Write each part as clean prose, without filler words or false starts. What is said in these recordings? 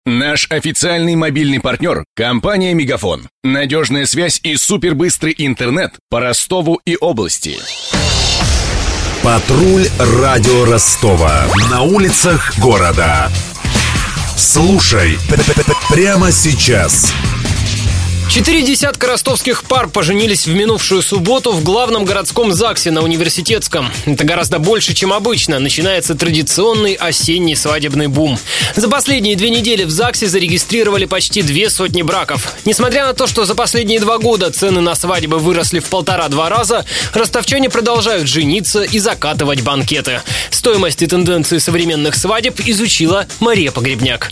Наш официальный мобильный партнер – компания «Мегафон». Надежная связь и супербыстрый интернет по Ростову и области. Патруль радио Ростова. На улицах города. Слушай прямо сейчас. 4 десятка ростовских пар поженились в минувшую субботу в главном городском ЗАГСе на Университетском. Это гораздо больше, чем обычно. Начинается традиционный осенний свадебный бум. За последние 2 недели в ЗАГСе зарегистрировали почти 200 браков. Несмотря на то, что за последние 2 года цены на свадьбы выросли в 1,5-2 раза, ростовчане продолжают жениться и закатывать банкеты. Стоимость и тенденции современных свадеб изучила Мария Погребняк.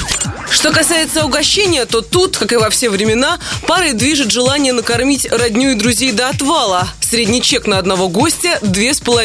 Что касается угощения, то тут, как и во все времена, парой движет желание накормить родню и друзей до отвала. Средний чек на одного гостя –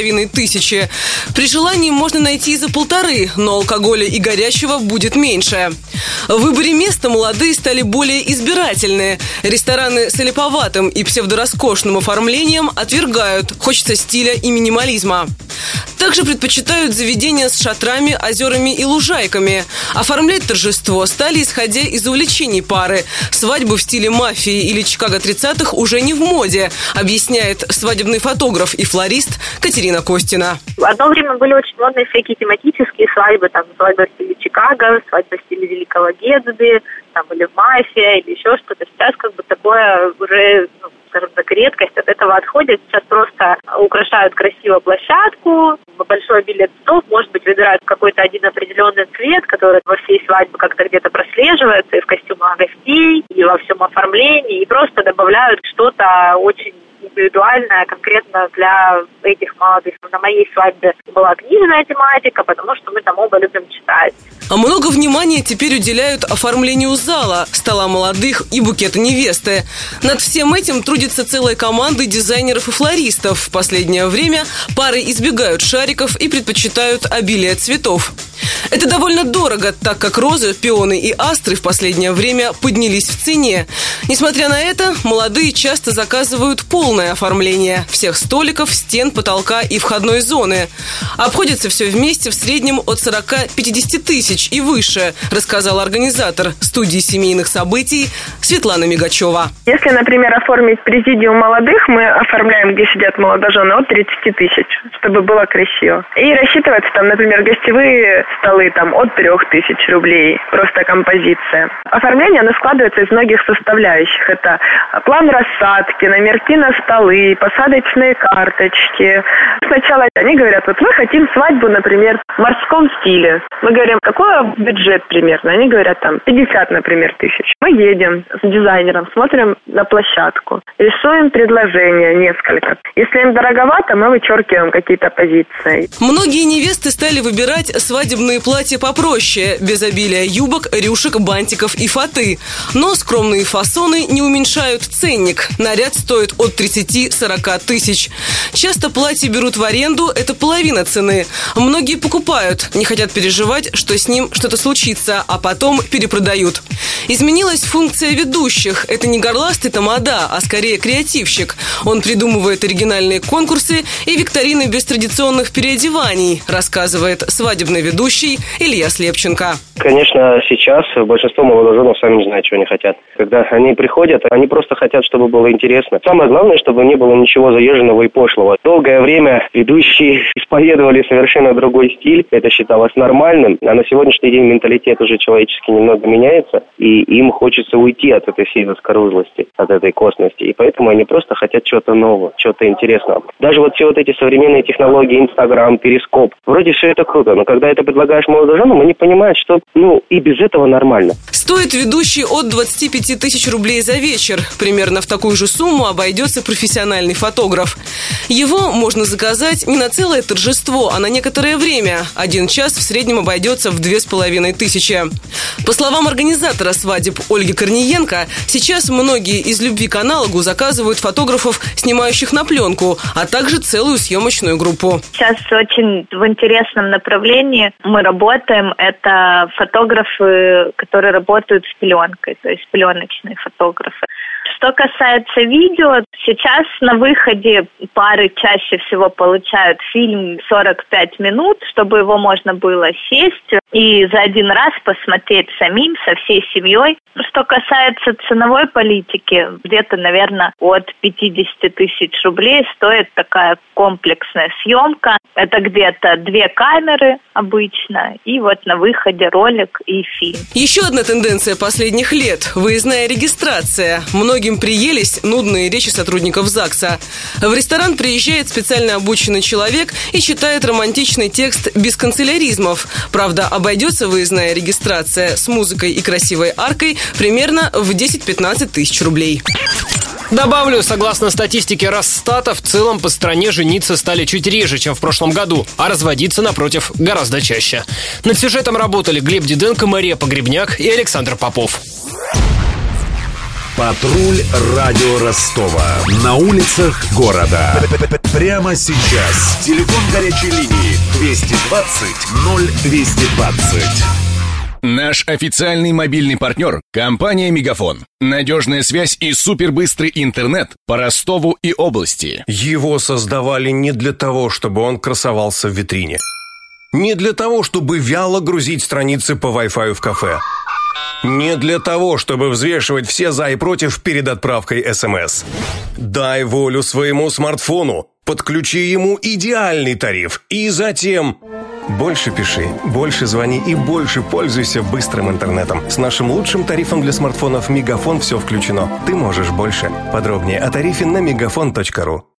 2500. При желании можно найти и за 1,5, но алкоголя и горячего будет меньше. В выборе места молодые стали более избирательные. Рестораны с олиповатым и псевдороскошным оформлением отвергают. Хочется стиля и минимализма. Также предпочитают заведения с шатрами, озерами и лужайками. Оформлять торжество стали, исходя из увлечений пары. Свадьбы в стиле мафии или Чикаго 30-х уже не в моде, объясняет свадебный фотограф и флорист Катерина Костина. Одно время были очень модные всякие тематические свадьбы, там свадьба в стиле Чикаго, свадьба в стиле Великого Гэтсби, там или мафия, или еще что-то. Сейчас как бы такое уже, скажем так, редкость от этого отходит. Сейчас просто украшают красиво площадку, большое обилие цветов, может быть, выбирают какой-то один определенный цвет, который во всей свадьбе как-то где-то прослеживается и в костюмах гостей, и во всем оформлении, и просто добавляют что-то очень индивидуальная, конкретно для этих молодых. На моей свадьбе была книжная тематика, потому что мы там оба любим читать. А много внимания теперь уделяют оформлению зала, стола молодых и букета невесты. Над всем этим трудится целая команда дизайнеров и флористов. В последнее время пары избегают шариков и предпочитают обилие цветов. Это довольно дорого, так как розы, пионы и астры в последнее время поднялись в цене. Несмотря на это, молодые часто заказывают полное оформление всех столиков, стен, потолка и входной зоны. Обходится все вместе в среднем от 40-50 тысяч и выше, рассказал организатор студии семейных событий Светлана Мигачева. Если, например, оформить президиум молодых, мы оформляем, где сидят молодожены, от 30 тысяч, чтобы было красиво. И рассчитывается там, например, гостевые столы там от 3000 рублей, просто композиция. Оформление, оно складывается из многих составляющих. Это план рассадки, номерки на столы, посадочные карточки. Сначала они говорят, вот мы хотим свадьбу, например, в морском стиле. Мы говорим, какой бюджет примерно? Они говорят, там, 50, например, тысяч. Мы едем с дизайнером, смотрим на площадку, рисуем предложения несколько. Если им дороговато, мы вычеркиваем какие-то позиции. Многие невесты стали выбирать свадебные платья попроще, без обилия юбок, рюшек, бантиков и фаты. Но скромные фасоны не уменьшают ценник. Наряд стоит от 30-40 тысяч. Часто платья берут в аренду, это половина цены. Многие покупают, не хотят переживать, что с ним что-то случится, а потом перепродают. Изменилась функция ведущих. Это не горластый тамада, а скорее креативщик. Он придумывает оригинальные конкурсы и викторины без традиционных переодеваний, рассказывает свадебный ведущий Илья Слепченко. Конечно, сейчас большинство молодоженов сами не знают, чего они хотят. Когда они приходят, они просто хотят, чтобы было интересно. Самое главное, чтобы не было ничего заезженного и пошлого. Долгое время ведущие исповедовали совершенно другой стиль. Это считалось нормальным. А на сегодняшний день менталитет уже человеческий немного меняется. И им хочется уйти от этой всей заскорузлости, от этой косности. И поэтому они просто хотят чего-то нового, чего-то интересного. Даже вот все вот эти современные технологии, Инстаграм, Перископ. Вроде все это круто, но когда это предлагаешь молодоженам, они понимают, что и без этого нормально. Стоит ведущий от 25 тысяч рублей за вечер. Примерно в такую же сумму обойдется профессиональный фотограф. Его можно заказать не на целое торжество, а на некоторое время. 1 час в среднем обойдется в 2500. По словам организатора свадеб Ольги Корниенко, сейчас многие из любви к аналогу заказывают фотографов, снимающих на пленку, а также целую съемочную группу. Сейчас очень в интересном направлении мы работаем. Это фотографы, которые работают с пленкой, то есть пленочные фотографы. Что касается видео, сейчас на выходе пары чаще всего получают фильм 45 минут, чтобы его можно было сесть и за один раз посмотреть самим, со всей семьей. Что касается ценовой политики, где-то, наверное, от 50 тысяч рублей стоит такая комплексная съемка. Это где-то 2 камеры обычно, и вот на выходе ролик и фильм. Еще одна тенденция последних лет – выездная регистрация. Многим приелись нудные речи сотрудников ЗАГСа. В ресторан приезжает специально обученный человек и читает романтичный текст без канцеляризмов. Правда, обойдется выездная регистрация с музыкой и красивой аркой примерно в 10-15 тысяч рублей. Добавлю, согласно статистике Росстата, в целом по стране жениться стали чуть реже, чем в прошлом году, а разводиться, напротив, гораздо чаще. Над сюжетом работали Глеб Диденко, Мария Погребняк и Александр Попов. Патруль радио Ростова. На улицах города. Прямо сейчас. Телефон горячей линии 220 0220. Наш официальный мобильный партнер – компания «Мегафон». Надежная связь и супербыстрый интернет по Ростову и области. Его создавали не для того, чтобы он красовался в витрине. Не для того, чтобы вяло грузить страницы по Wi-Fi в кафе. Не для того, чтобы взвешивать все за и против перед отправкой СМС. Дай волю своему смартфону. Подключи ему идеальный тариф. И затем... Больше пиши, больше звони и больше пользуйся быстрым интернетом. С нашим лучшим тарифом для смартфонов «Мегафон» все включено. Ты можешь больше. Подробнее о тарифе на megafon.ru.